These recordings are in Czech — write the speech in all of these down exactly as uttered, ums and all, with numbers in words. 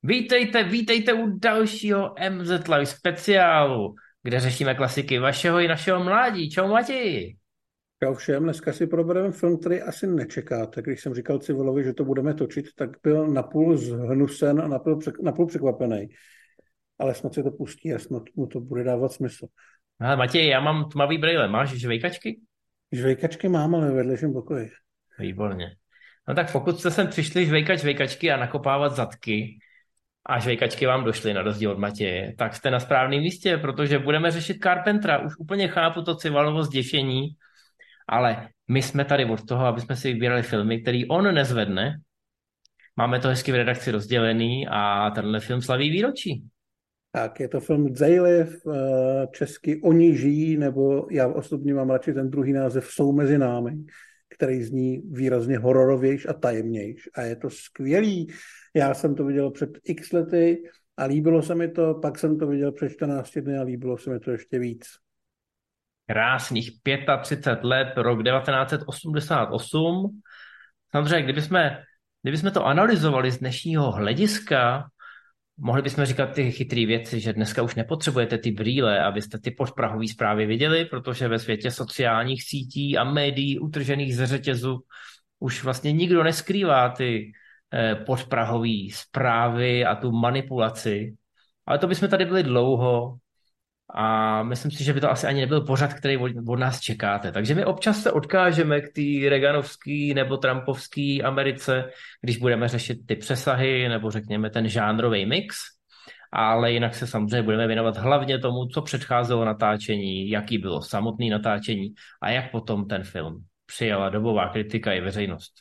Vítejte, vítejte u dalšího M Z Live speciálu, kde řešíme klasiky vašeho i našeho mládí. Čau, Mati. Čau všem, dneska si probereme film, který asi nečekáte. Když jsem říkal Civilovi, že to budeme točit, tak byl napůl zhnusen a napůl, přek, napůl překvapený. Ale snad si to pustí a snad mu to bude dávat smysl. Hele, Matěj, já mám tmavý brýle. Máš žvejkačky? Žvejkačky mám, ale ve vedlejším pokoji. Výborně. No tak pokud jste sem přišli žvejkat žvejkačky a nakopávat zadky a žvejkačky vám došly na rozdíl od Matěje, tak jste na správném místě, protože budeme řešit Carpentera. Už úplně chápu to Civalovo zděšení, ale my jsme tady od toho, aby jsme si vybírali filmy, který on nezvedne. Máme to hezky v redakci rozdělený a tenhle film slaví výročí. Tak, je to film Zejliv, česky Oni žijí, nebo já osobně mám radši ten druhý název Jsou mezi námi, který zní výrazně hororovějš a tajemnějš. A je to skvělý. Já jsem to viděl před x lety a líbilo se mi to, pak jsem to viděl před čtrnácti dny a líbilo se mi to ještě víc. Krásných třicet pět let, rok devatenáct set osmdesát osm. Samozřejmě, kdybychom, kdybychom to analyzovali z dnešního hlediska, mohli bychom říkat ty chytré věci, že dneska už nepotřebujete ty brýle, abyste ty podprahové zprávy viděli, protože ve světě sociálních sítí a médií utržených ze řetězu už vlastně nikdo neskrývá ty eh, podprahové zprávy a tu manipulaci. Ale to bychom tady byli dlouho a myslím si, že by to asi ani nebyl pořad, který od, od nás čekáte. Takže my občas se odkážeme k té Reaganovské nebo Trumpovské Americe, když budeme řešit ty přesahy nebo řekněme ten žánrový mix, ale jinak se samozřejmě budeme věnovat hlavně tomu, co předcházelo natáčení, jaký bylo samotné natáčení a jak potom ten film přijala dobová kritika i veřejnost.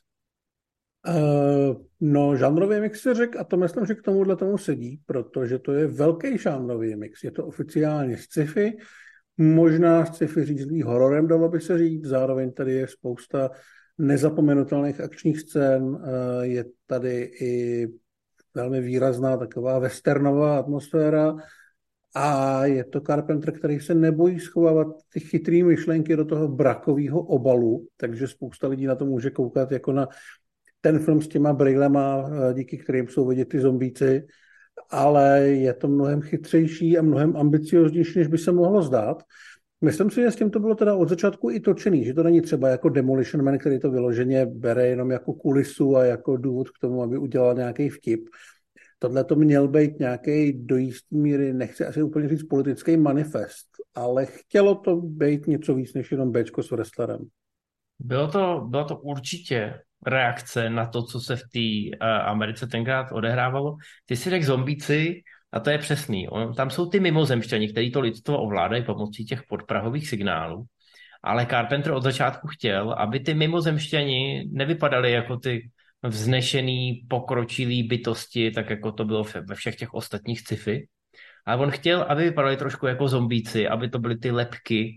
Uh, no, žánrový mix se řek a to myslím, že k tomuhle tomu sedí, protože to je velký žánrový mix. Je to oficiálně sci-fi, možná sci-fi řízlý hororem, dalo by se říct. Zároveň tady je spousta nezapomenutelných akčních scén. Uh, je tady i velmi výrazná taková westernová atmosféra a je to Carpenter, který se nebojí schovávat ty chytrý myšlenky do toho brakového obalu, takže spousta lidí na to může koukat jako na ten film s těma brýlema, díky kterým jsou vidět ty zombíci, ale je to mnohem chytřejší a mnohem ambicioznější, než by se mohlo zdát. Myslím si, že s tím to bylo teda od začátku i točený, že to není třeba jako Demolition Man, který to vyloženě bere jenom jako kulisu a jako důvod k tomu, aby udělal nějaký vtip. Tohle to měl být nějaký do jistý míry, nechci asi úplně říct politický manifest, ale chtělo to být něco víc než jenom béčko s wrestlerem. Bylo to, bylo to určitě reakce na to, co se v té uh, Americe tenkrát odehrávalo. Ty si řekl zombíci, a to je přesný. On, tam jsou ty mimozemšťani, kteří to lidstvo ovládají pomocí těch podprahových signálů. Ale Carpenter od začátku chtěl, aby ty mimozemšťani nevypadali jako ty vznešený, pokročilý bytosti, tak jako to bylo ve všech těch ostatních sci-fi. Ale on chtěl, aby vypadali trošku jako zombíci, aby to byly ty lebky,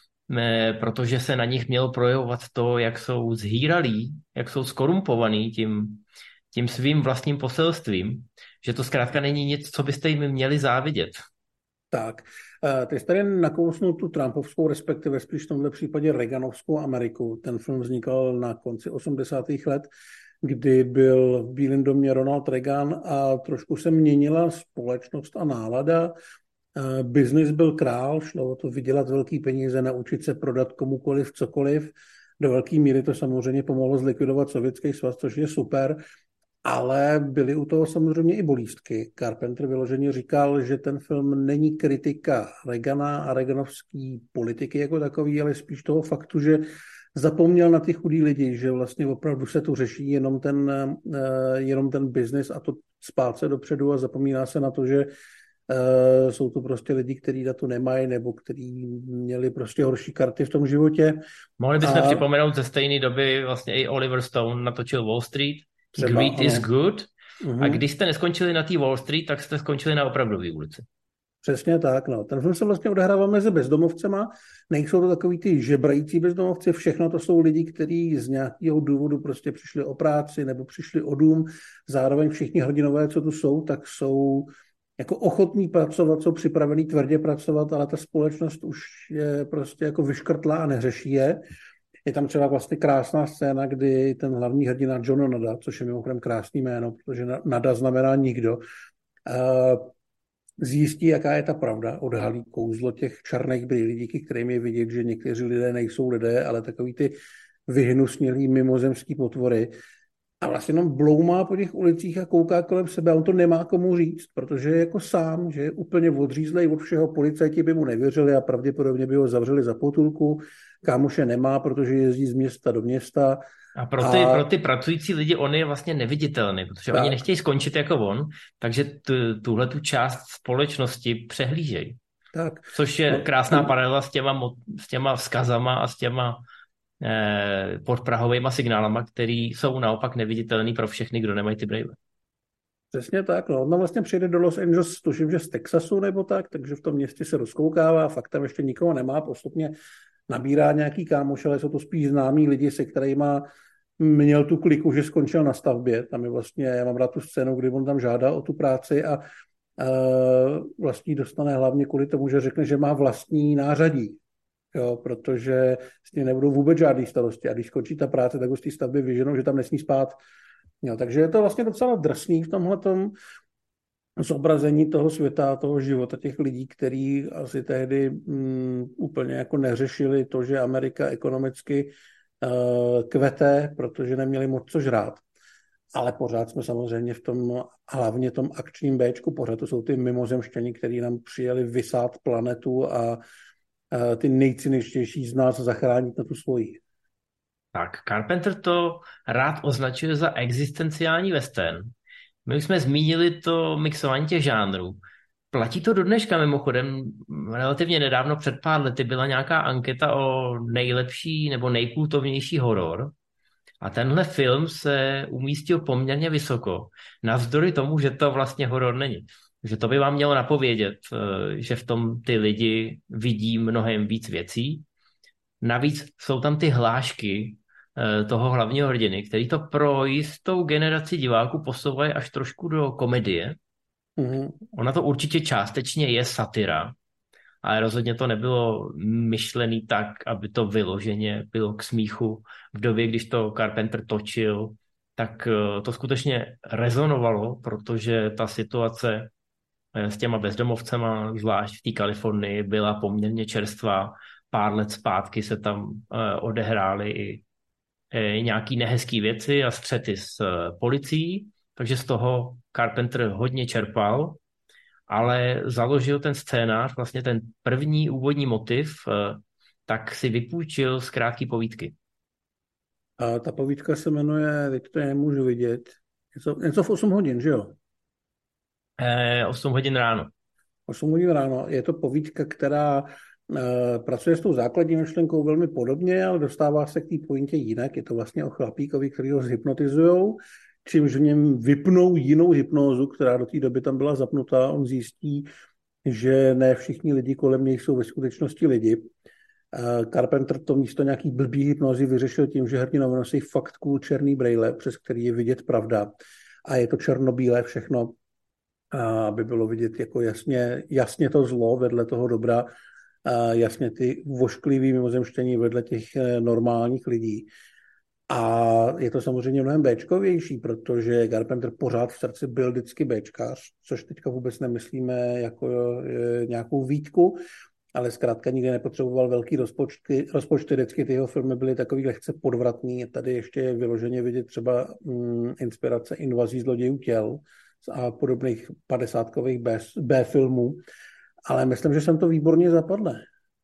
protože se na nich mělo projevovat to, jak jsou zhýralí, jak jsou skorumpovaní tím, tím svým vlastním poselstvím, že to zkrátka není nic, co byste jim měli závidět. Tak, ty jsi tady nakousnul tu trumpovskou, respektive spíš v tomhle případě Reaganovskou Ameriku. Ten film vznikal na konci osmdesátých let, kdy byl v Bílém domě Ronald Reagan a trošku se měnila společnost a nálada. Business byl král, šlo o to vydělat velký peníze, naučit se prodat komukoliv cokoliv. Do velké míry to samozřejmě pomohlo zlikvidovat Sovětský svaz, což je super, ale byly u toho samozřejmě i bolístky. Carpenter vyloženě říkal, že ten film není kritika Reagana a reaganovské politiky jako takový, ale spíš toho faktu, že zapomněl na ty chudý lidi, že vlastně opravdu se tu řeší jenom ten, jenom ten business a to spát se dopředu a zapomíná se na to, že Uh, jsou to prostě lidi, kteří na to nemají nebo kteří měli prostě horší karty v tom životě. Mohli bychom a... připomenout ze stejné doby vlastně i Oliver Stone natočil Wall Street, Třeba, Greed ano. is good. Uh-huh. A když jste neskončili na té Wall Street, tak jste skončili na opravdové ulici. Přesně tak, no. Ten film se vlastně odehrává mezi bezdomovcema. Nejsou to takový ty žebrající bezdomovci, všechno to jsou lidi, kteří z nějakého důvodu prostě přišli o práci nebo přišli o dům. Zároveň všichni hrdinové, co tu jsou, tak jsou jako ochotní pracovat, jsou připravení tvrdě pracovat, ale ta společnost už je prostě jako vyškrtlá a neřeší je. Je tam třeba vlastně krásná scéna, kdy ten hlavní hrdina John Nada, což je mimochodem krásný jméno, protože Nada znamená nikdo, Zjistí, jaká je ta pravda, odhalí kouzlo těch černých brýlí, díky kterým je vidět, že někteří lidé nejsou lidé, ale takový ty vyhnusnělý mimozemský potvory. A vlastně jenom bloumá po těch ulicích a kouká kolem sebe a on to nemá komu říct, protože je jako sám, že je úplně odřízlej od všeho, policajti by mu nevěřili a pravděpodobně by ho zavřeli za potulku, kámoše nemá, protože jezdí z města do města. A pro ty, a pro ty pracující lidi on je vlastně neviditelný, protože tak. Oni nechtějí skončit jako on, takže tuhle tu část společnosti přehlížejí. Tak. Což je krásná paralela s těma, s těma vzkazama a s těma eh, podprahovými signálama, které jsou naopak neviditelný pro všechny, kdo nemají ty brejle. Přesně tak, no. On vlastně přijde do Los Angeles, tuším, že z Texasu nebo tak, takže v tom městě se rozkoukává, fakt tam ještě nikoho nemá, postupně nabírá nějaký kámoš, ale jsou to spíš známí lidi, se kterými měl tu kliku, že skončil na stavbě. Tam je vlastně, já mám rád tu scénu, kdy on tam žádá o tu práci a uh, vlastně dostane hlavně kvůli tomu, že řekne, že má vlastní nářadí. Jo, protože s tím nebudou vůbec žádný starosti. A když skončí ta práce, tak ho z té stavby vyženou, že tam nesmí spát. Jo, takže je to vlastně docela drsný v tomhletom zobrazení toho světa, toho života těch lidí, kteří asi tehdy um, úplně jako neřešili to, že Amerika ekonomicky uh, kvete, protože neměli moc co žrát. Ale pořád jsme samozřejmě v tom, hlavně tom akčním Béčku, pořád to jsou ty mimozemštění, kteří nám přijeli vysát planetu a uh, ty nejcennější z nás zachránit na tu svoji. Tak, Carpenter to rád označuje za existenciální western. My už jsme zmínili to mixování těch žánrů. Platí to do dneška mimochodem. Relativně nedávno, před pár lety, byla nějaká anketa o nejlepší nebo nejkultovnější horor. A tenhle film se umístil poměrně vysoko. Navzdory tomu, že to vlastně horor není. Že to by vám mělo napovědět, že v tom ty lidi vidí mnohem víc věcí. Navíc jsou tam ty hlášky toho hlavního hrdiny, který to pro jistou generaci diváků posouvají až trošku do komedie. Mm-hmm. Ona to určitě částečně je satira, ale rozhodně to nebylo myšlený tak, aby to vyloženě bylo k smíchu. V době, když to Carpenter točil, tak to skutečně rezonovalo, protože ta situace s těma bezdomovcema, zvlášť v té Kalifornii, byla poměrně čerstvá. Pár let zpátky se tam odehrály i nějaký nehezký věci a střety s policií, takže z toho Carpenter hodně čerpal, ale založil ten scénář, vlastně ten první úvodní motiv, tak si vypůjčil z krátké povídky. A ta povídka se jmenuje, teď to nemůžu vidět, něco, něco v osm hodin, že jo? E, osm hodin ráno. osm hodin ráno. Je to povídka, která pracuje s tou základní myšlenkou velmi podobně, ale dostává se k té pointě jinak. Je to vlastně o chlapíkovi, který ho zhypnotizujou, čímž v něm vypnou jinou hypnózu, která do té doby tam byla zapnutá. On zjistí, že ne všichni lidi kolem něj jsou ve skutečnosti lidi. Carpenter to místo nějaký blbý hypnózy vyřešil tím, že hrdinové nosí fakt cool černý brejle, přes který je vidět pravda. A je to černobílé všechno, aby bylo vidět jako jasně, jasně to zlo vedle toho dobra, a jasně ty vošklivý mimozemštění vedle těch normálních lidí. A je to samozřejmě mnohem béčkovější, protože Carpenter pořád v srdci byl vždycky béčkař, což teďka vůbec nemyslíme jako nějakou výtku, ale zkrátka nikdy nepotřeboval velký rozpočty, rozpočty, vždycky ty jeho filmy byly takový lehce podvratný. Tady ještě je vyloženě vidět třeba mm, inspirace Invazí zlodějů těl a podobných padesátkových B-filmů. Ale myslím, že jsem to výborně zapadne.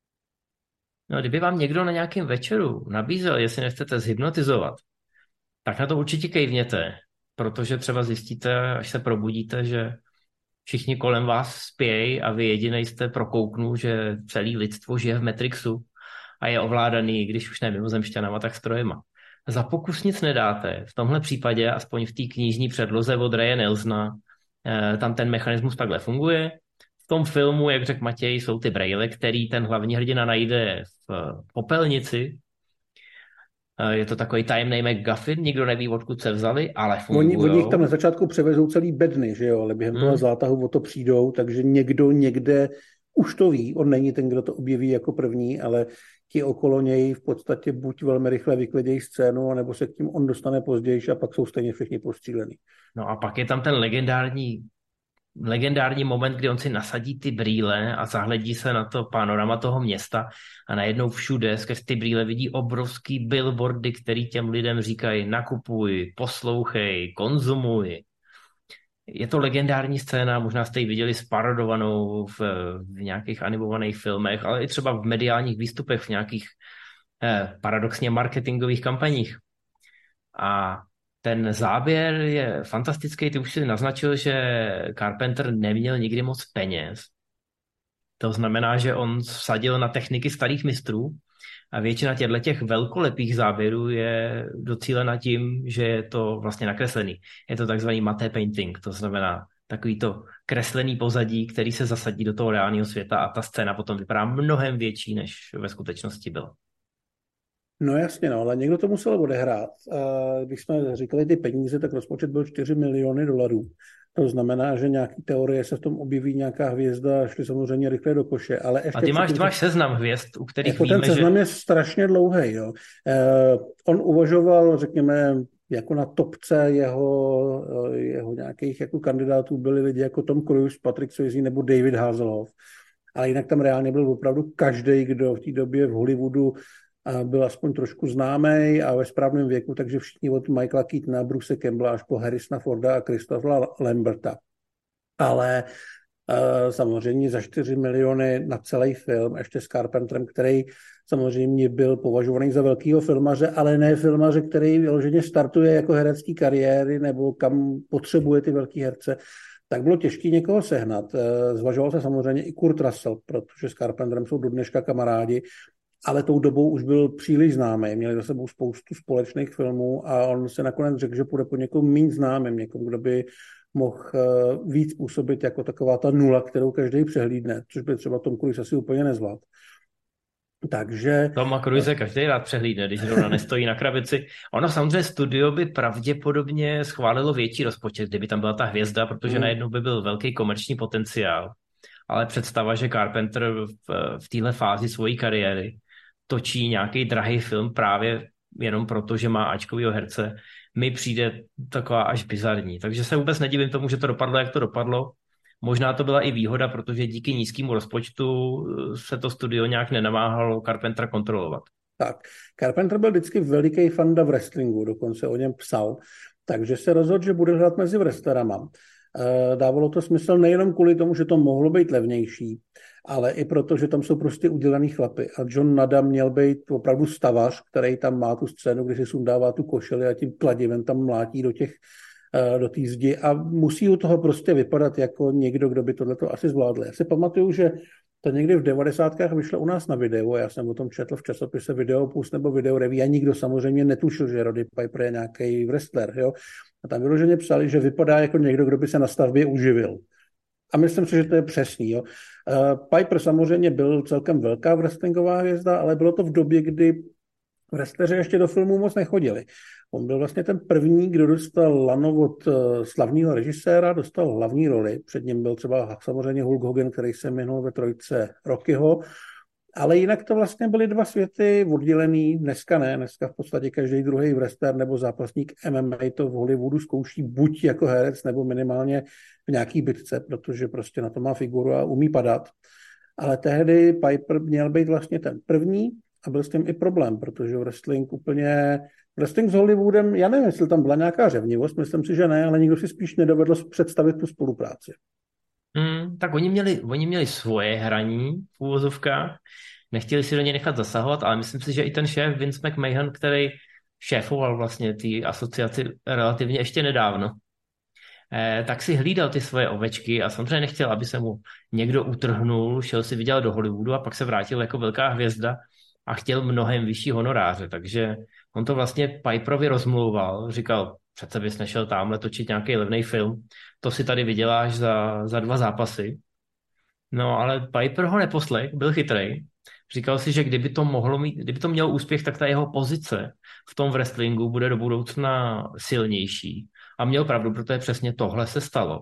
No, kdyby vám někdo na nějakém večeru nabízel, jestli nechcete zhypnotizovat, tak na to určitě kejvněte, protože třeba zjistíte, až se probudíte, že všichni kolem vás spějí a vy jedinej jste prokouknul, že celý lidstvo žije v Matrixu a je ovládaný, když už ne mimozemšťanama, tak strojema. Za pokus nic nedáte. V tomhle případě, aspoň v té knižní předloze od Raya Nelsona, tam ten mechanismus takhle funguje. V tom filmu, jak řekl Matěj, jsou ty brejle, který ten hlavní hrdina najde v popelnici. Je to takový tajemný McGuffin, nikdo neví, odkud se vzali, ale fungují. Oni, oni jich tam na začátku převezou celý bedny, že jo, ale během hmm. toho zátahu o to přijdou, takže někdo někde už to ví, on není ten, kdo to objeví jako první, ale ti okolo něj v podstatě buď velmi rychle vyklidějí scénu, nebo se k tím on dostane později a pak jsou stejně všichni postřílení. No a pak je tam ten legendární legendární moment, kdy on si nasadí ty brýle a zahledí se na to panorama toho města a najednou všude skrz ty brýle vidí obrovský billboardy, který těm lidem říkají nakupuj, poslouchej, konzumuj. Je to legendární scéna, možná jste ji viděli sparodovanou v, v nějakých animovaných filmech, ale i třeba v mediálních výstupech, v nějakých eh, paradoxně marketingových kampaních. A ten záběr je fantastický. Ty už si naznačil, že Carpenter neměl nikdy moc peněz. To znamená, že on vsadil na techniky starých mistrů a většina těchto těch velkolepých záběrů je docílena tím, že je to vlastně nakreslený. Je to takzvaný matte painting, to znamená takový to kreslený pozadí, který se zasadí do toho reálného světa a ta scéna potom vypadá mnohem větší, než ve skutečnosti byla. No jasně, no, ale někdo to musel odehrát. Když jsme říkali ty peníze, tak rozpočet byl čtyři miliony dolarů. To znamená, že nějaký teorie se v tom objeví, nějaká hvězda, šli samozřejmě rychle do koše. Ale ještě a ty máš, předtím, ty máš seznam hvězd, u kterých jako víme, ten seznam že... je strašně dlouhý. Jo. Eh, on uvažoval, řekněme, jako na topce jeho, jeho nějakých jako kandidátů byli lidi jako Tom Cruise, Patrick Swayze nebo David Hasselhoff. Ale jinak tam reálně byl opravdu každý, kdo v té době v Hollywoodu byl aspoň trošku známý a ve správném věku, takže všichni od Michaela Keatona, Bruce Campbella až po Harrisona Forda a Christopha Lamberta. Ale uh, samozřejmě za čtyři miliony na celý film, ještě s Carpenterem, který samozřejmě byl považovaný za velkýho filmaře, ale ne filmaře, který vyloženě startuje jako herecký kariéry nebo kam potřebuje ty velký herce, tak bylo těžké někoho sehnat. Zvažoval se samozřejmě i Kurt Russell, protože s Carpenterem jsou do dneška kamarádi, ale tou dobou už byl příliš známý, měli za sebou spoustu společných filmů a on se nakonec řekl, že půjde po někom méně známým, někom, kdo by mohl víc působit jako taková ta nula, kterou každý přehlídne, což by třeba Tom Cruise asi úplně nezvládl. Takže... Toma Cruise každý rád přehlídne, když zrovna nestojí na krabici. Ono samozřejmě studio by pravděpodobně schválilo větší rozpočet, kdyby tam byla ta hvězda, protože hmm. najednou by byl velký komerční potenciál. Ale představa, že Carpenter v, v téhle fázi svojí kariéry točí nějaký drahý film právě jenom proto, že má áčkovýho herce, mi přijde taková až bizarní. Takže se vůbec nedivím tomu, že to dopadlo, jak to dopadlo. Možná to byla i výhoda, protože díky nízkému rozpočtu se to studio nějak nenamáhalo Carpentera kontrolovat. Tak, Carpenter byl vždycky veliký fanda v wrestlingu, dokonce o něm psal, takže se rozhodl, že bude hrát mezi wrestlerama. Dávalo to smysl nejenom kvůli tomu, že to mohlo být levnější, ale i proto, že tam jsou prostě udělaný chlapy. A John Nada měl být opravdu stavař, který tam má tu scénu, kdy si sundává tu košili a tím kladivem tam mlátí do těch do té zdi a musí u toho prostě vypadat jako někdo, kdo by tohleto asi zvládl. Já si pamatuju, že to někdy v devadesátkách vyšlo u nás na videu a já jsem o tom četl v časopise Videopus nebo Video Review a nikdo samozřejmě netušil, že Roddy Piper je nějaký wrestler. Jo? A tam vyloženě psali, že vypadá jako někdo, kdo by se na stavbě uživil. A myslím si, že to je přesný. Jo? Piper samozřejmě byl celkem velká wrestlingová hvězda, ale bylo to v době, kdy wrestleři ještě do filmů moc nechodili. On byl vlastně ten první, kdo dostal lano od slavného režiséra, dostal hlavní roli. Před ním byl třeba samozřejmě Hulk Hogan, který se jmenoval ve trojce Rockyho. Ale jinak to vlastně byly dva světy oddělený. Dneska ne, dneska v podstatě každý druhý wrestler nebo zápasník M M A to v Hollywoodu zkouší buď jako herec, nebo minimálně v nějaký bitce, protože prostě na to má figuru a umí padat. Ale tehdy Piper měl být vlastně ten první a byl s tím i problém, protože wrestling úplně... Wrestling s Hollywoodem, já nevím, jestli tam byla nějaká řevnivost, myslím si, že ne, ale nikdo si spíš nedovedl představit tu spolupráci. Hmm, tak oni měli, oni měli svoje hraní v úvozovkách, nechtěli si do něj nechat zasahovat, ale myslím si, že i ten šéf Vince McMahon, který šéfoval vlastně té asociaci relativně ještě nedávno, eh, tak si hlídal ty svoje ovečky a samozřejmě nechtěl, aby se mu někdo utrhnul, šel si vydělat do Hollywoodu a pak se vrátil jako velká hvězda a chtěl mnohem vyšší honoráře, takže on to vlastně Piperovi rozmlouval, říkal, přece bys nešel tamhle točit nějaký levný film, to si tady vyděláš za, za dva zápasy. No ale Piper ho neposlech, byl chytrej, říkal si, že kdyby to mohlo mít, kdyby to mělo úspěch, tak ta jeho pozice v tom wrestlingu bude do budoucna silnější. A měl pravdu, protože přesně tohle se stalo.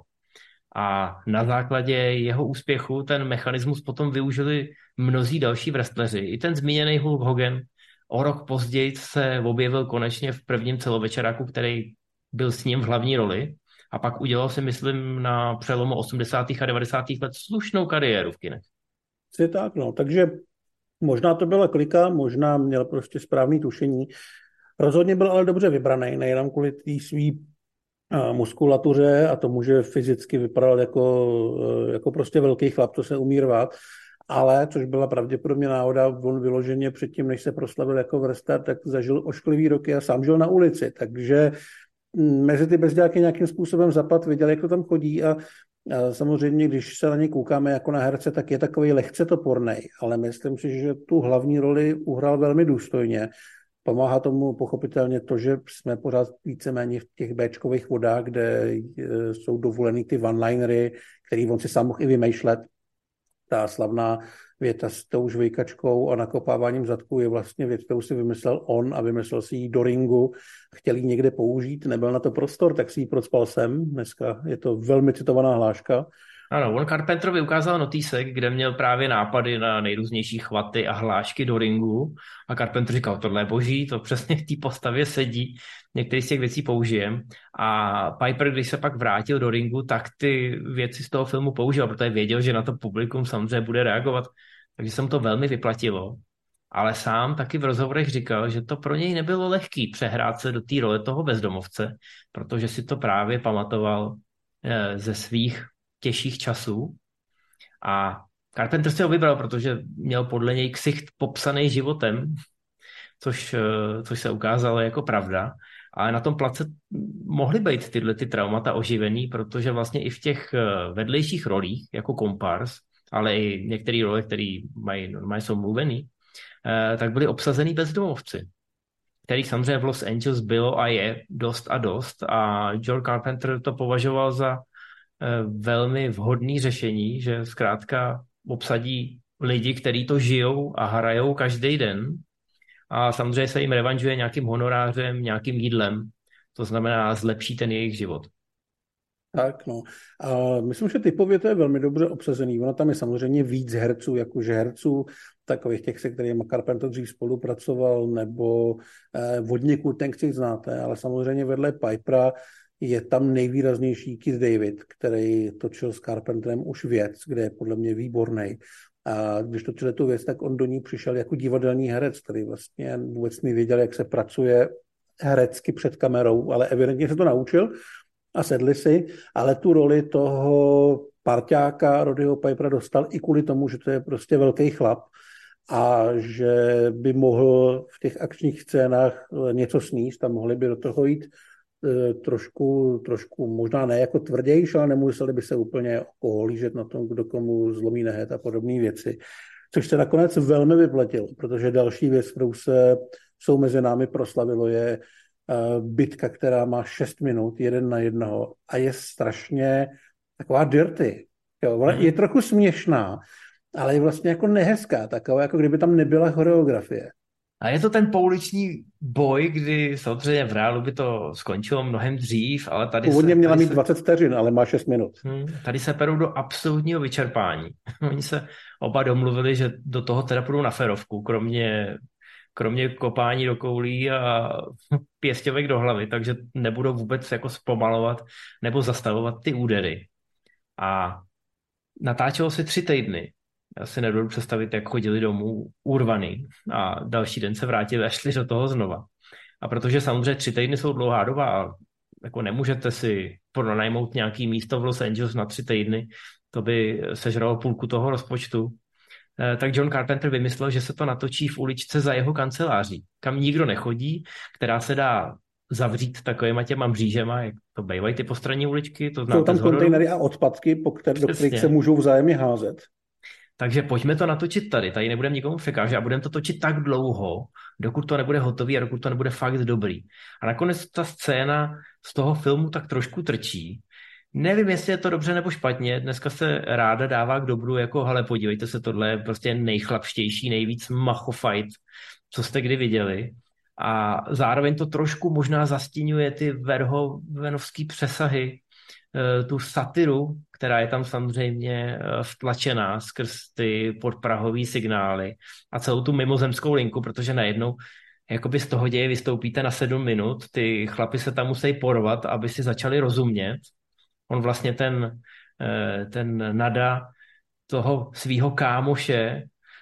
A na základě jeho úspěchu ten mechanismus potom využili mnozí další wrestleři. I ten zmíněný Hulk Hogan o rok později se objevil konečně v prvním celovečeráku, který byl s ním v hlavní roli. a pak udělal si, myslím, na přelomu osmdesátých a devadesátých let slušnou kariéru v kinech. Je tak, no. Takže možná to byla klika, možná měl prostě správný tušení. Rozhodně byl ale dobře vybraný, nejenom kvůli té svý muskulatuře a tomu, že fyzicky vypadal jako, jako prostě velký chlap, to se umí rvát, ale, což byla pravděpodobně náhoda, on vyloženě předtím, než se proslavil jako vrstar, tak zažil ošklivý roky a sám žil na ulici, takže mezi ty bezděláky nějakým způsobem zapad, viděl, jak to tam chodí a, a samozřejmě, když se na ně koukáme jako na herce, tak je takový lehce topornej, ale myslím si, že tu hlavní roli uhrál velmi důstojně. Pomáhá tomu pochopitelně to, že jsme pořád víceméně v těch béčkových vodách, kde jsou dovolený ty one-linery, který on si sám mohl i vymýšlet. Ta slavná věta s tou žvejkačkou a nakopáváním zadku je vlastně věc, kterou si vymyslel on a vymyslel si ji do ringu. Chtěl ji někde použít, nebyl na to prostor, tak si ji procpal sem. Dneska je to velmi citovaná hláška. Ano, on Carpenterovi ukázal notýsek, kde měl právě nápady na nejrůznější chvaty a hlášky do ringu a Carpenter říkal, tohle je boží, to přesně v té postavě sedí, některý z těch věcí použijem a Piper, když se pak vrátil do ringu, tak ty věci z toho filmu použil, protože věděl, že na to publikum samozřejmě bude reagovat, takže se mu to velmi vyplatilo, ale sám taky v rozhovorech říkal, že to pro něj nebylo lehký přehrát se do té role toho bezdomovce, protože si to právě pamatoval ze svých těžších časů a Carpenter si ho vybral, protože měl podle něj ksicht popsaný životem, což, což se ukázalo jako pravda, ale na tom place mohly být tyhle ty traumata oživený, protože vlastně i v těch vedlejších rolích, jako kompars, ale i některé role, které mají, normálně jsou mluvený, tak byly obsazený bezdomovci, kterých samozřejmě v Los Angeles bylo a je dost a dost a John Carpenter to považoval za velmi vhodný řešení, že zkrátka obsadí lidi, kteří to žijou a hrajou každý den a samozřejmě se jim revanžuje nějakým honorářem, nějakým jídlem. To znamená, zlepší ten jejich život. Tak, no. A myslím, že typově to je velmi dobře obsazený. Ono tam je samozřejmě víc herců, jakože herců, takových těch, se kterými Carpenter dřív spolupracoval, nebo eh, vodníků, ten, který znáte, ale samozřejmě vedle Pipera je tam nejvýraznější Keith David, který točil s Carpenterem už Věc, kde je podle mě výborný. A když točil tu Věc, tak on do ní přišel jako divadelní herec, který vlastně vůbec nevěděl, jak se pracuje herecky před kamerou, ale evidentně se to naučil a sedli si, ale tu roli toho parťáka Roddyho Pipera dostal i kvůli tomu, že to je prostě velký chlap a že by mohl v těch akčních scénách něco sníst a mohli by do toho jít trošku, trošku možná ne jako tvrdější, ale nemuseli by se úplně okolížet na tom, kdo komu zlomí nehet a podobné věci. Což se nakonec velmi vyplatilo, protože další věc, kterou se jsou mezi námi proslavilo, je uh, bitka, která má šest minut, jeden na jednoho a je strašně taková dirty. Jo, ona je trochu směšná, ale je vlastně jako nehezká, taková, jako kdyby tam nebyla choreografie. A je to ten pouliční boj, kdy samozřejmě v reálu by to skončilo mnohem dřív, ale tady Původně se... měla tady mít se, dvacet vteřin, ale má šest minut. Hmm, tady se perou do absolutního vyčerpání. Oni se oba domluvili, že do toho teda půjdou na ferovku, kromě, kromě kopání do koulí a pěstěvek do hlavy, takže nebudou vůbec jako zpomalovat nebo zastavovat ty údery. A natáčelo se tři týdny. Já si nedovedu představit, jak chodili domů urvaný a další den se vrátili a šli do toho znova. A protože samozřejmě tři týdny jsou dlouhá doba a jako nemůžete si pronajmout nějaký místo v Los Angeles na tři týdny, to by sežralo půlku toho rozpočtu, tak John Carpenter vymyslel, že se to natočí v uličce za jeho kanceláří, kam nikdo nechodí, která se dá zavřít takovýma těma mřížema, jak to bývají ty postranní uličky. To jsou tam kontejnery a odpadky, po které, do kterých se můžou vzájemně házet. Takže pojďme to natočit tady, tady nebudeme nikomu překážet a budeme to točit tak dlouho, dokud to nebude hotový a dokud to nebude fakt dobrý. A nakonec ta scéna z toho filmu tak trošku trčí. Nevím, jestli je to dobře nebo špatně, dneska se ráda dává k dobru, jako hele, podívejte se, tohle je prostě nejchlapštější, nejvíc macho fight, co jste kdy viděli. A zároveň to trošku možná zastínuje ty verhovenovský přesahy, tu satiru, která je tam samozřejmě vtlačená skrz ty podprahové signály a celou tu mimozemskou linku, protože najednou jakoby z toho děje vystoupíte na sedm minut, ty chlapi se tam musí porvat, aby si začali rozumět On vlastně ten, ten Nada toho svýho kámoše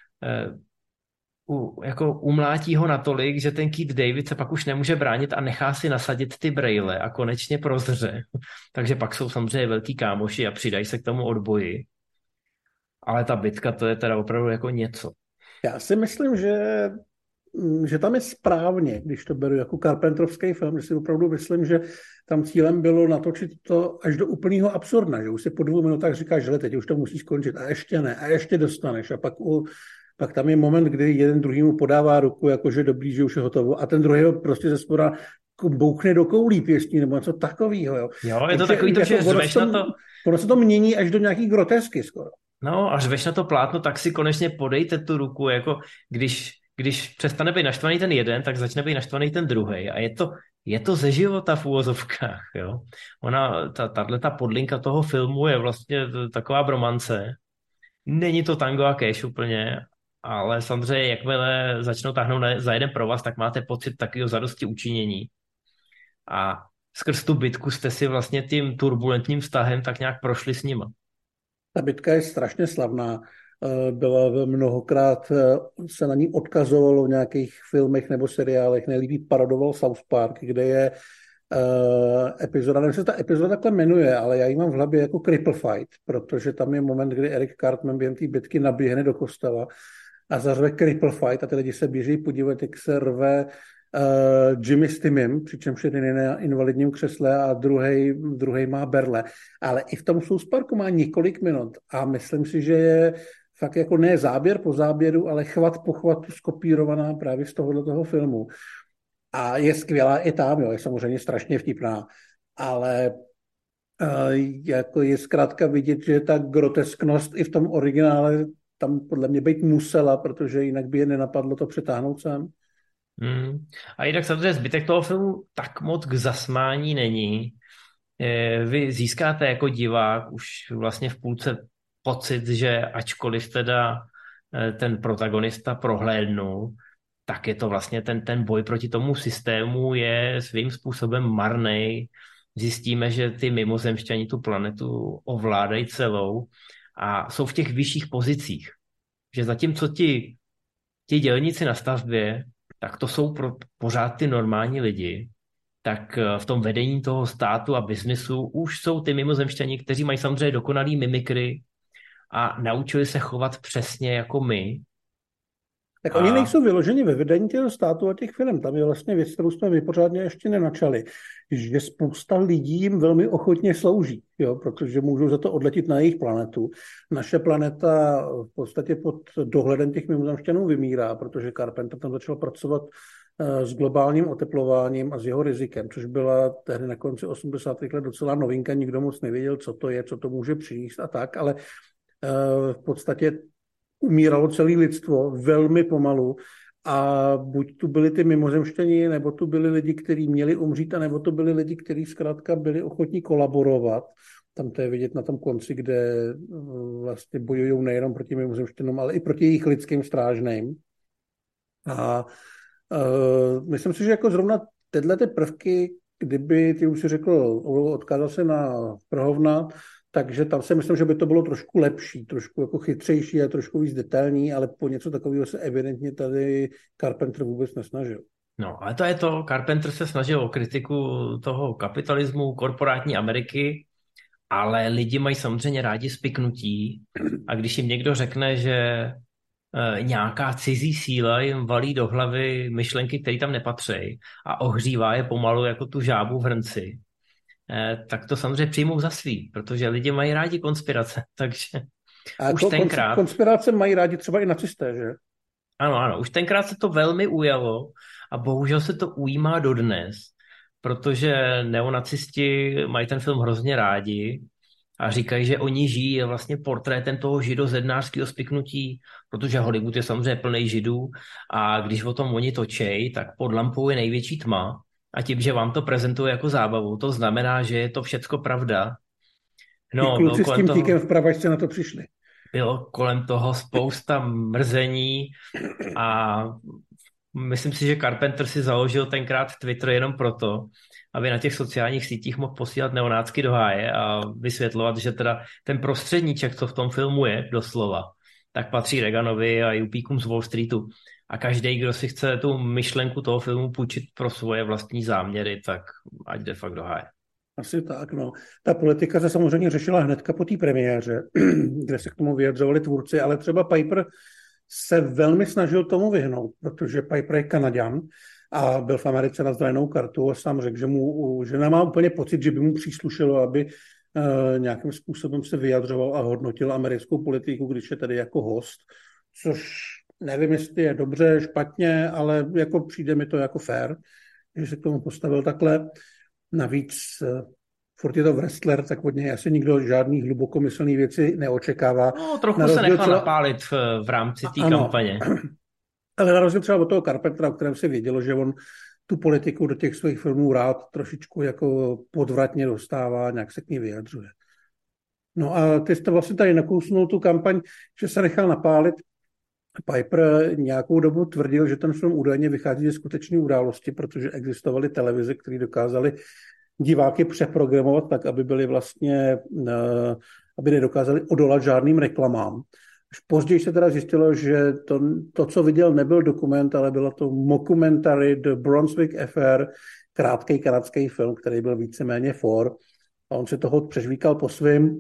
u, jako umlátí ho natolik, že ten Keith David se pak už nemůže bránit a nechá si nasadit ty brejle a konečně prozře. Takže pak jsou samozřejmě velký kámoši a přidají se k tomu odboji. Ale ta bitka, to je teda opravdu jako něco. Já si myslím, že, že tam je správně, když to beru jako Carpenterovský film, že si opravdu myslím, že tam cílem bylo natočit to až do úplného absurdna, že už si po dvou minutách říkáš, že teď už to musí skončit a ještě ne, a ještě dostaneš a pak u Pak tam je moment, kdy jeden druhýmu podává ruku, jakože dobrý, že už je hotovo, a ten druhý ho prostě ze spoda bouchne do koulí pěstí, nebo něco takového. Jo, jo je to takový to, že řveš na to... Ono se to mění až do nějaký grotesky skoro. No, až řveš na to plátno, tak si konečně podejte tu ruku, jako když, když přestane být naštvaný ten jeden, tak začne být naštvaný ten druhý. A je to, je to ze života v úvozovkách, jo. Ona, ta, tato podlinka toho filmu je vlastně taková bromance. Není to tango a cash úplně, ale samozřejmě, jakmile začnou táhnout za jeden provaz, tak máte pocit takového zadosti učinění. A skrz tu bitku jste si vlastně tím turbulentním vztahem tak nějak prošli s nima. Ta bitka je strašně slavná. Byla mnohokrát, se na ní odkazovalo v nějakých filmech nebo seriálech. Nejlíp parodoval South Park, kde je uh, epizoda, nevím, se ta epizoda takhle jmenuje, ale já ji mám v hlavě jako Cripple Fight, protože tam je moment, kdy Eric Cartman během té bitky naběhne do kostela a zařve Cripple Fight a ty lidi se běží podívat, jak se rve uh, Jimmy s Timem, přičemž jeden je na invalidním křesle a druhej, druhej má berle. Ale i v tom South Parku má několik minut a myslím si, že je fakt jako ne záběr po záběru, ale chvat po chvatu skopírovaná právě z tohohle toho filmu. A je skvělá i tam, jo, je samozřejmě strašně vtipná, ale uh, jako je zkrátka vidět, že ta grotesknost i v tom originále tam podle mě být musela, protože jinak by je nenapadlo to přetáhnout sem. Hmm. A jinak samozřejmě zbytek toho filmu tak moc k zasmání není. Vy získáte jako divák už vlastně v půlce pocit, že ačkoliv teda ten protagonista prohlédnul, tak je to vlastně ten, ten boj proti tomu systému je svým způsobem marnej. Zjistíme, že ty mimozemšťani tu planetu ovládají celou a jsou v těch vyšších pozicích. Že zatímco ti, ti dělníci na stavbě, tak to jsou pro, pořád ty normální lidi, tak v tom vedení toho státu a biznisu už jsou ty mimozemšťani, kteří mají samozřejmě dokonalý mimikry a naučili se chovat přesně jako my. Tak a... oni nejsou vyloženi ve vedení těho státu a těch firm. Tam je vlastně věc, kterou jsme vypořádně ještě nenačali, že spousta lidí jim velmi ochotně slouží, jo, protože můžou za to odletět na jejich planetu. Naše planeta v podstatě pod dohledem těch mimozemšťanů vymírá, protože Carpenter tam začal pracovat s globálním oteplováním a s jeho rizikem, což byla tehdy na konci osmdesátých let docela novinka, nikdo moc nevěděl, co to je, co to může přinést a tak, ale v podstatě umíralo celé lidstvo velmi pomalu a buď tu byli ty mimozemštění, nebo tu byli lidi, kteří měli umřít, a nebo to byli lidi, kteří zkrátka byli ochotní kolaborovat. Tam to je vidět na tom konci, kde vlastně bojují nejenom proti mimozemštěnům, ale i proti jejich lidským strážným. A uh, myslím si, že jako zrovna tyhle ty prvky, kdyby, ty už si řekl, odkázal se na Prhovna, takže tam si myslím, že by to bylo trošku lepší, trošku jako chytřejší a trošku víc detailní, ale po něco takového se evidentně tady Carpenter vůbec nesnažil. No, ale to je to, Carpenter se snažil o kritiku toho kapitalismu, korporátní Ameriky, ale lidi mají samozřejmě rádi spiknutí a když jim někdo řekne, že e, nějaká cizí síla jim valí do hlavy myšlenky, které tam nepatří a ohřívá je pomalu jako tu žábu v hrnci, tak to samozřejmě přijmou za svý, protože lidi mají rádi konspirace, takže a už to tenkrát... konspirace mají rádi třeba i nacisté, že? Ano, ano, už tenkrát se to velmi ujalo a bohužel se to ujímá dodnes, protože neonacisti mají ten film hrozně rádi a říkají, že oni žijí, je vlastně portrétem toho židozednářského spiknutí, protože Hollywood je samozřejmě plný židů a když o tom oni točej, tak pod lampou je největší tma. A tím, že vám to prezentuje jako zábavu, to znamená, že je to všecko pravda. No, kluci s tím tíkem v pravačce na to přišli. Bylo kolem toho spousta mrzení a myslím si, že Carpenter si založil tenkrát Twitter jenom proto, aby na těch sociálních sítích mohl posílat neonácky do háje a vysvětlovat, že teda ten prostředníček, co v tom filmu je, doslova, tak patří Reaganovi a jupíkům z Wall Streetu. A každý, kdo si chce tu myšlenku toho filmu půjčit pro svoje vlastní záměry, tak ať jde fakt do háje. Asi tak, no. Ta politika se samozřejmě řešila hnedka po té premiéře, kde se k tomu vyjadřovali tvůrci, ale třeba Piper se velmi snažil tomu vyhnout, protože Piper je Kanaďan a byl v Americe na zelenou kartu a sám řekl, že, mu, že nemá úplně pocit, že by mu příslušelo, aby uh, nějakým způsobem se vyjadřoval a hodnotil americkou politiku, když je tady jako host, což nevím, jestli je dobře, špatně, ale jako přijde mi to jako fair, že se k tomu postavil takhle. Navíc furt je to wrestler, tak od něj asi nikdo žádný hlubokomyslný věci neočekává. No, trochu se nechal třeba napálit v, v rámci té kampaně. Ale na rozdíl třeba od toho Carpentera, o kterém se vědělo, že on tu politiku do těch svých filmů rád trošičku jako podvratně dostává, nějak se k ní vyjadřuje. No a ty jste vlastně tady nakousnul tu kampaň, že se nechal napálit. Piper nějakou dobu tvrdil, že ten film údajně vychází ze skutečné události, protože existovaly televize, které dokázaly diváky přeprogramovat tak, aby byli vlastně, aby nedokázali odolat žádným reklamám. Až později se teda zjistilo, že to, to, co viděl, nebyl dokument, ale bylo to mockumentary The Brunswick Affair, krátký kanadský film, který byl víceméně for. A on se toho přežvíkal po svým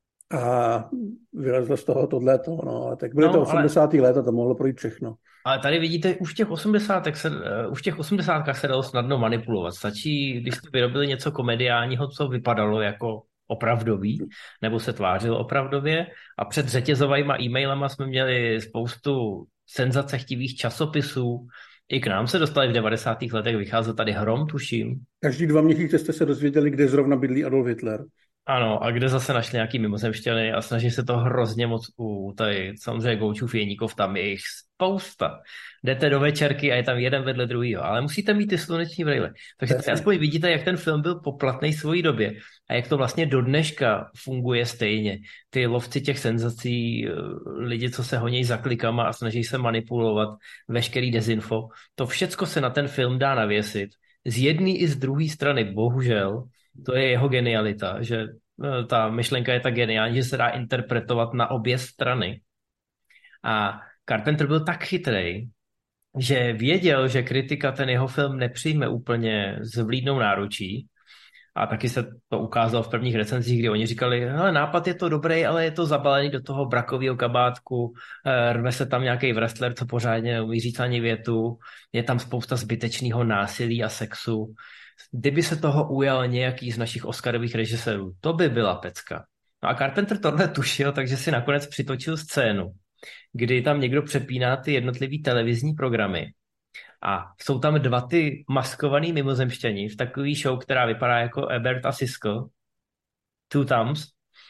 a vylezlo z toho tohleto. No. A tak byly no, to osmdesátá ale... let a to mohlo projít všechno. Ale tady vidíte, už v těch osmdesátých se, už v těch osmdesátkách se dalo snadno manipulovat. Stačí, když jste vyrobili něco komediálního, co vypadalo jako opravdový, nebo se tvářilo opravdově. A před řetězovými e-mailama jsme měli spoustu senzacechtivých časopisů. I k nám se dostali v devadesátých letech, vycházel tady Hrom, tuším. Každý dva měsíce jste se dozvěděli, kde zrovna bydlí Adolf Hitler. Ano, a kde zase našli nějaký mimozemšťany a snaží se to hrozně moc u tady, samozřejmě Goučův Jeníkov, tam je jich spousta. Jdete do večerky a je tam jeden vedle druhýho, ale musíte mít ty sluneční brýle. Takže tady aspoň vidíte, jak ten film byl poplatný svojí době a jak to vlastně do dneška funguje stejně. Ty lovci těch senzací, lidi, co se honí za klikama a snaží se manipulovat veškerý dezinfo, to všecko se na ten film dá navěsit. Z jedné i z druhé strany, bohužel, to je jeho genialita, že ta myšlenka je tak geniální, že se dá interpretovat na obě strany. A Carpenter byl tak chytrej, že věděl, že kritika ten jeho film nepřijme úplně s vlídnou náručí. A taky se to ukázalo v prvních recenzích, kdy oni říkali, hele, nápad je to dobrý, ale je to zabalený do toho brakového kabátku, rve se tam nějaký wrestler, co pořádně neumí říct ani větu, je tam spousta zbytečného násilí a sexu. Kdyby se toho ujal nějaký z našich Oscarových režisérů, to by byla pecka. No a Carpenter tohle tušil, takže si nakonec přitočil scénu, kdy tam někdo přepíná ty jednotlivý televizní programy a jsou tam dva ty maskovaný mimozemšťani v takový show, která vypadá jako Ebert a Siskel, Two Thumbs,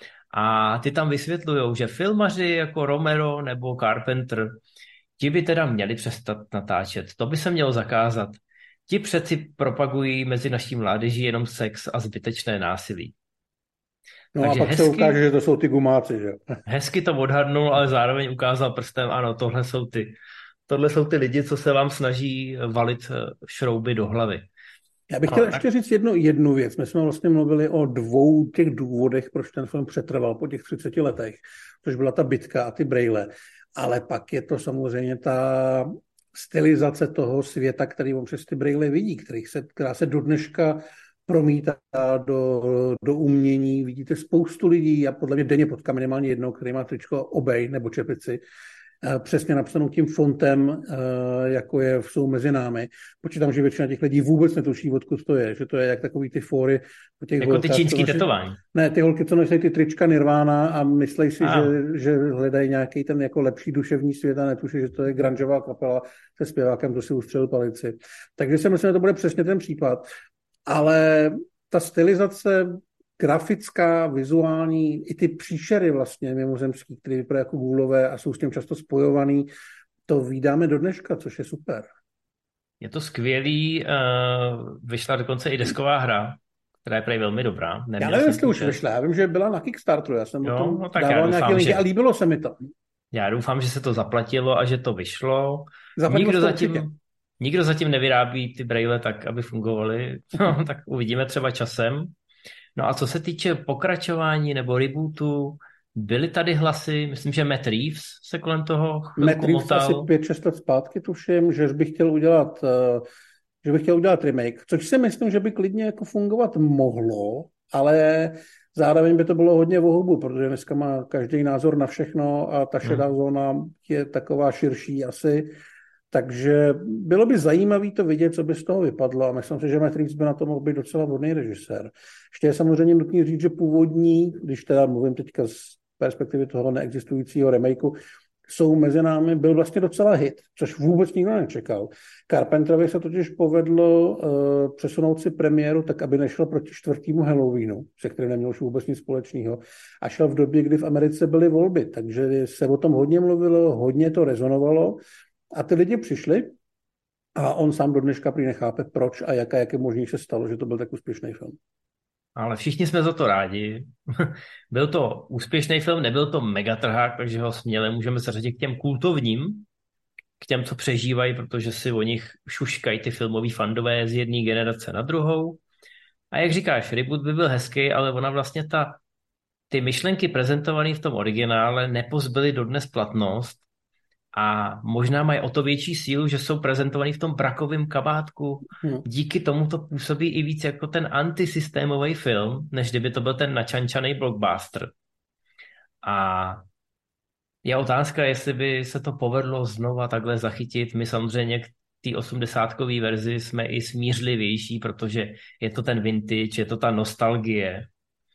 a ty tam vysvětlujou, že filmaři jako Romero nebo Carpenter, ti by teda měli přestat natáčet, to by se mělo zakázat. Ti přeci propagují mezi naší mládeží jenom sex a zbytečné násilí. No takže a pak hezky, se ukáže, že to jsou ty gumáci, že? Hezky to odhadnul, ale zároveň ukázal prstem, ano, tohle jsou ty, tohle jsou ty lidi, co se vám snaží valit šrouby do hlavy. Já bych chtěl no, ještě tak... říct jednu, jednu věc. My jsme vlastně mluvili o dvou těch důvodech, proč ten film přetrval po těch třiceti letech, což byla ta bitka a ty brejle. Ale pak je to samozřejmě ta stylizace toho světa, který on přes ty brejle vidí, který se, která se do dneška promítá do, do umění. Vidíte spoustu lidí, a podle mě denně potkám minimálně jednou, který má tričko Obey nebo čepici, přesně napsanou tím fontem, jako je, jsou mezi námi. Počítám, že většina těch lidí vůbec netuší, odkud to je, že to je jak takový ty fóry. Těch jako holkách, ty čínský tetování. Ne, ty holky, co nosí ty trička Nirvana a myslí si, že, že hledají nějaký ten jako lepší duševní svět a netuší, že to je grungeová kapela se zpěvákem, kdo si ustřelil palici. Takže si myslím, že to bude přesně ten případ. Ale ta stylizace grafická, vizuální, i ty příšery vlastně mimozemský, které vypadají jako gůlové a jsou s tím často spojovaný, to vídáme do dneška, což je super. Je to skvělý, uh, vyšla dokonce i desková hra, která je prej velmi dobrá. Neměl já nevím, jestli už vyšla, já vím, že byla na Kickstarteru, já jsem jo, o tom no, tak dával nějaké linky že... a líbilo se mi to. Já doufám, že se to zaplatilo a že to vyšlo. Zaplatilo nikdo to zatím, Nikdo zatím nevyrábí ty braille tak, aby fungovaly, no, tak uvidíme třeba časem. No a co se týče pokračování nebo rebootu, byly tady hlasy, myslím, že Matt Reeves se kolem toho Matt chvilku Reeves asi motal. pět, šest let zpátky tuším, že bych chtěl udělat, eh, že bych chtěl udělat remake, což si myslím, že by klidně jako fungovat mohlo, ale zároveň by to bylo hodně o hubu, protože dneska má každý názor na všechno a ta šedá Hmm. zóna je taková širší asi, takže bylo by zajímavé to vidět, co by z toho vypadlo a myslím si, že Matt Reeves by na to mohl být docela vhodný režisér. Ještě je samozřejmě nutný říct, že původní, když teda mluvím teďka z perspektivy toho neexistujícího remakeu, jsou mezi námi, byl vlastně docela hit, což vůbec nikdo nečekal. Carpenterovi se totiž povedlo uh, přesunout si premiéru tak, aby nešel proti čtvrtému Halloweenu, se kterým neměl už vůbec nic společného, a šel v době, kdy v Americe byly volby, takže se o tom hodně mluvilo, hodně to rezonovalo a ty lidi přišli a on sám do dneška prý nechápe, proč a jak a jak je možný se stalo, že to byl tak úspěšný film. Ale všichni jsme za to rádi. Byl to úspěšný film, nebyl to megatrhák, takže ho směle můžeme zařadit k těm kultovním, k těm, co přežívají, protože si o nich šuškají ty filmoví fandové z jedné generace na druhou. A jak říkáš, reboot by byl hezký, ale ona vlastně ta, ty myšlenky prezentované v tom originále nepozbyly dodnes platnost a možná mají o to větší sílu, že jsou prezentovaný v tom brakovém kabátku. Hmm. Díky tomu to působí i víc jako ten antisystémový film, než kdyby to byl ten načančaný blockbuster. A je otázka, jestli by se to povedlo znova takhle zachytit. My samozřejmě k té osmdesátkové verzi jsme i smířlivější, protože je to ten vintage, je to ta nostalgie.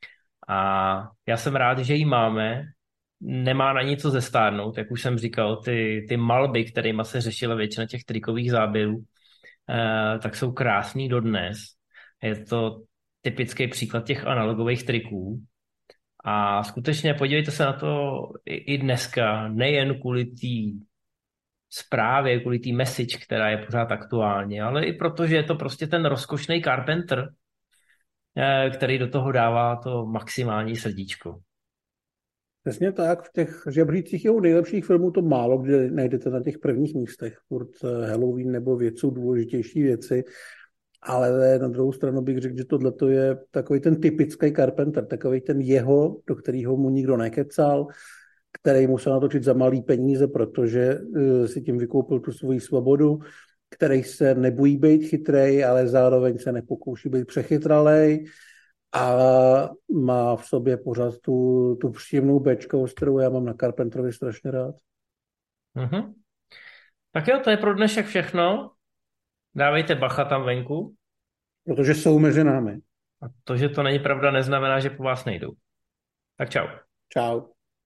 A já jsem rád, že ji máme. Nemá na nic co zestárnout, jak už jsem říkal, ty, ty malby, kterýma se řešila většina těch trikových záběrů, eh, tak jsou krásný dodnes. Je to typický příklad těch analogových triků. A skutečně podívejte se na to i, i dneska, nejen kvůli té zprávě, kvůli té message, která je pořád aktuální, ale i proto, že je to prostě ten rozkošný Carpenter, eh, který do toho dává to maximální srdíčko. Přesně tak, v těch žebřících jeho nejlepších filmů to málo kdy najdete na těch prvních místech. Furt Halloween nebo věc jsou důležitější věci, ale na druhou stranu bych řekl, že tohle je takový ten typický Carpenter, takový ten jeho, do kterého mu nikdo nekecal, který musel natočit za malý peníze, protože uh, si tím vykoupil tu svoji svobodu, který se nebojí být chytrej, ale zároveň se nepokouší být přechytralej a má v sobě pořád tu, tu příjemnou béčkovost, kterou já mám na Carpenterovi strašně rád. Mhm. Tak jo, to je pro dnešek všechno. Dávejte bacha tam venku. Protože jsou mezi námi. A to, že to není pravda, neznamená, že po vás nejdou. Tak čau. Čau.